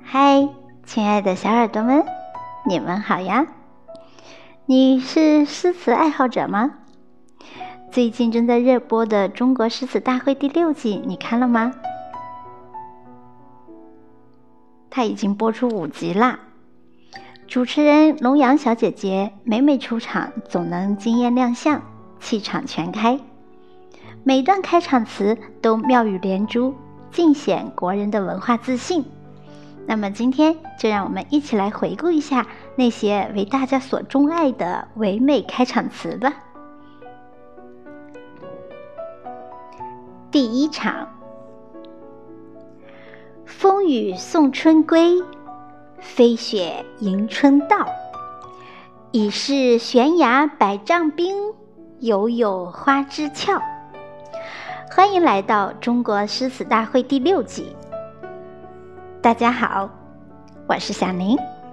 嗨，亲爱的小耳朵们，你们好呀！你是诗词爱好者吗？最近正在热播的《中国诗词大会》第6季，你看了吗？它已经播出5集啦。主持人龙阳小姐姐每出场总能惊艳亮相，气场全开，每段开场词都妙语连珠，尽显国人的文化自信。那么今天就让我们一起来回顾一下那些为大家所钟爱的唯美开场词吧。第1场，风雨送春归，飞雪迎春到。已是悬崖百丈冰，犹有花枝俏。欢迎来到中国诗词大会第6季。大家好，我是小宁。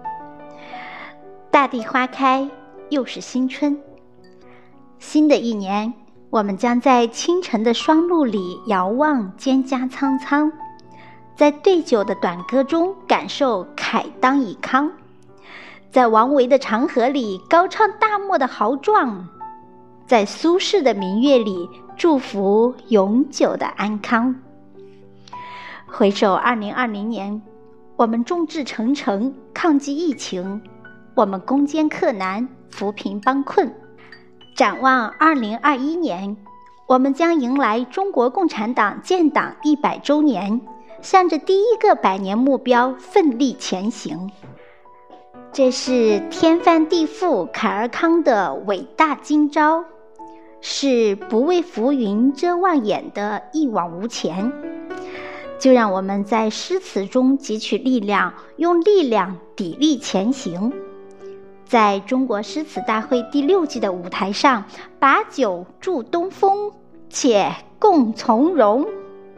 大地花开，又是新春。新的一年，我们将在清晨的霜露里遥望蒹葭苍苍，在对酒的短歌中感受慨当以慷，在王维的长河里高唱大漠的豪壮，在苏轼的明月里祝福永久的安康。回首2020年，我们众志成城抗击疫情，我们攻坚克难扶贫帮困。展望2021年，我们将迎来中国共产党建党100周年，向着第1个100年目标奋力前行。这是天翻地覆凯尔康的伟大今朝，是不为浮云遮望眼的一往无前。就让我们在诗词中汲取力量，用力量砥砺前行，在中国诗词大会第6季的舞台上，把酒祝东风，且共从容。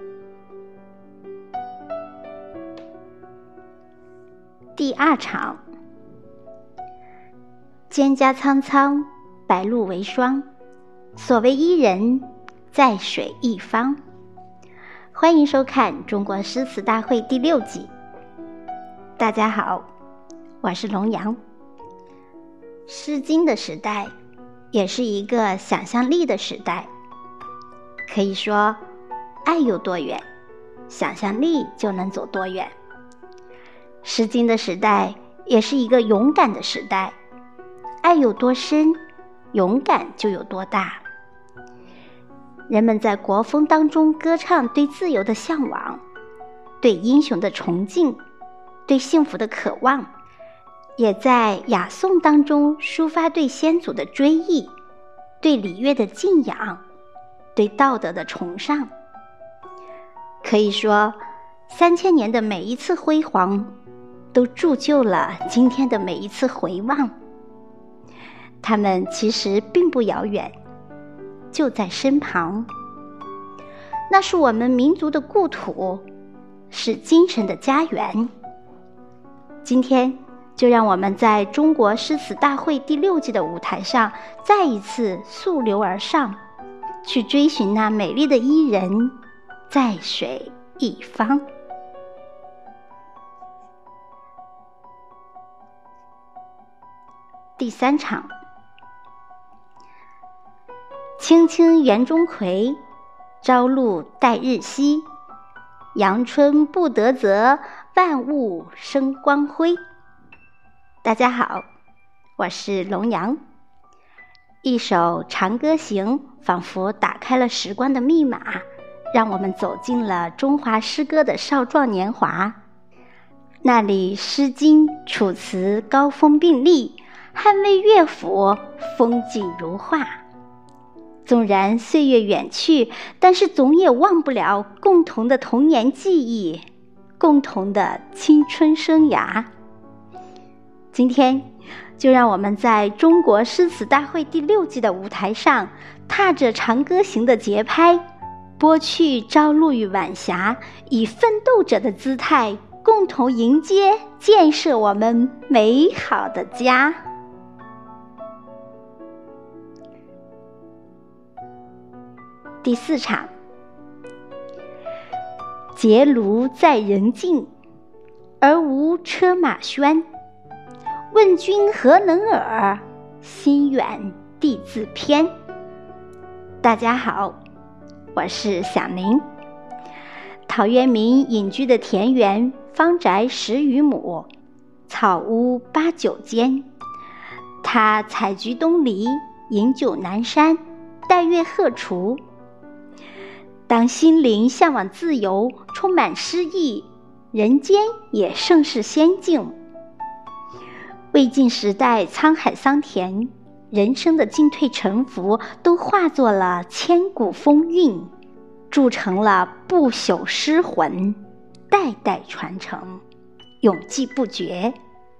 第2场，蒹葭苍苍，白露为霜，所谓伊人，在水一方。欢迎收看中国诗词大会第6季。大家好，我是龙阳。诗经的时代也是一个想象力的时代，可以说爱有多远，想象力就能走多远。诗经的时代也是一个勇敢的时代，爱有多深，勇敢就有多大。人们在国风当中歌唱对自由的向往，对英雄的崇敬，对幸福的渴望，也在雅颂当中抒发对先祖的追忆，对礼乐的敬仰，对道德的崇尚。可以说3000年的每一次辉煌，都铸就了今天的每一次回望。他们其实并不遥远，就在身旁。那是我们民族的故土，是精神的家园。今天就让我们在中国诗词大会第6季的舞台上，再一次溯流而上，去追寻那美丽的伊人，在水一方。第3场，青青园中葵，朝露待日晞。阳春布德泽，万物生光辉。大家好，我是龙阳。一首《长歌行》仿佛打开了时光的密码，让我们走进了中华诗歌的少壮年华。那里诗经、楚辞高风并立，捍卫乐府风景如画。纵然岁月远去，但是总也忘不了共同的童年记忆，共同的青春生涯。今天就让我们在中国诗词大会第6季的舞台上，踏着《长歌行》的节拍，拨去朝露与晚霞，以奋斗者的姿态，共同迎接建设我们美好的家。第4场，结庐在人境， 而无车马喧。问君何能尔？心远地自偏。大家好，我是响铃。陶渊明隐居的田园方宅10余亩，草屋8、9间。他采菊东篱，饮酒南山，带月荷锄。当心灵向往自由，充满诗意，人间也甚是仙境。魏晋时代沧海桑田，人生的进退沉浮都化作了千古风韵，铸成了不朽诗魂，代代传承，永继不绝。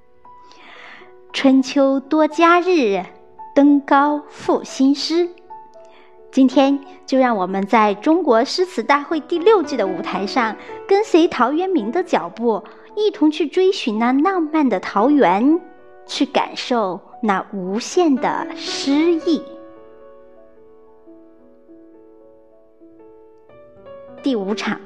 春秋多佳日，登高赋新诗。今天就让我们在中国诗词大会第6季的舞台上，跟随陶渊明的脚步，一同去追寻那浪漫的桃源，去感受那无限的诗意。第5场，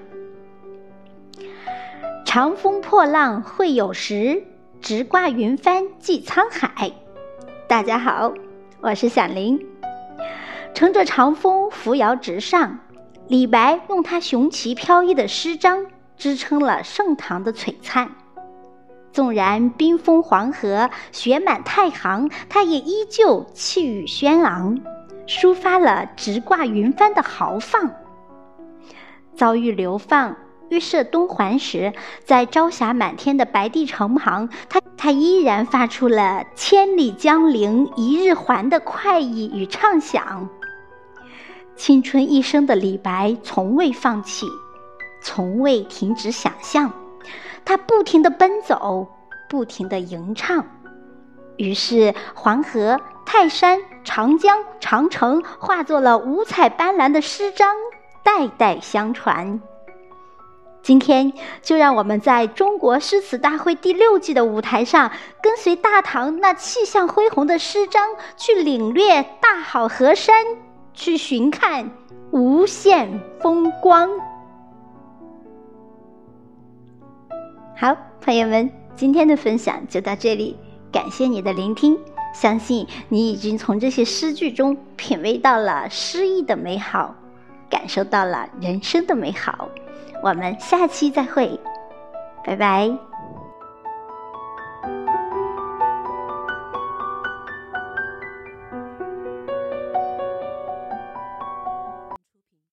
长风破浪会有时，直挂云帆济沧海。大家好，我是响铃。乘着长风扶摇直上，李白用他雄奇飘逸的诗章支撑了盛唐的璀璨。纵然冰封黄河，雪满太行，他也依旧气宇轩昂，抒发了直挂云帆的豪放。遭遇流放预设东还时，在朝霞满天的白帝城旁，他依然发出了千里江陵一日还的快意与畅想。青春一生的李白从未放弃，从未停止想象，他不停地奔走，不停地吟唱。于是黄河、泰山、长江、长城化作了五彩斑斓的诗章，代代相传。今天就让我们在中国诗词大会第6季的舞台上，跟随大唐那气象恢宏的诗章，去领略大好河山，去寻看无限风光。好，朋友们，今天的分享就到这里，感谢你的聆听，相信你已经从这些诗句中品味到了诗意的美好，感受到了人生的美好。我们下期再会，拜拜。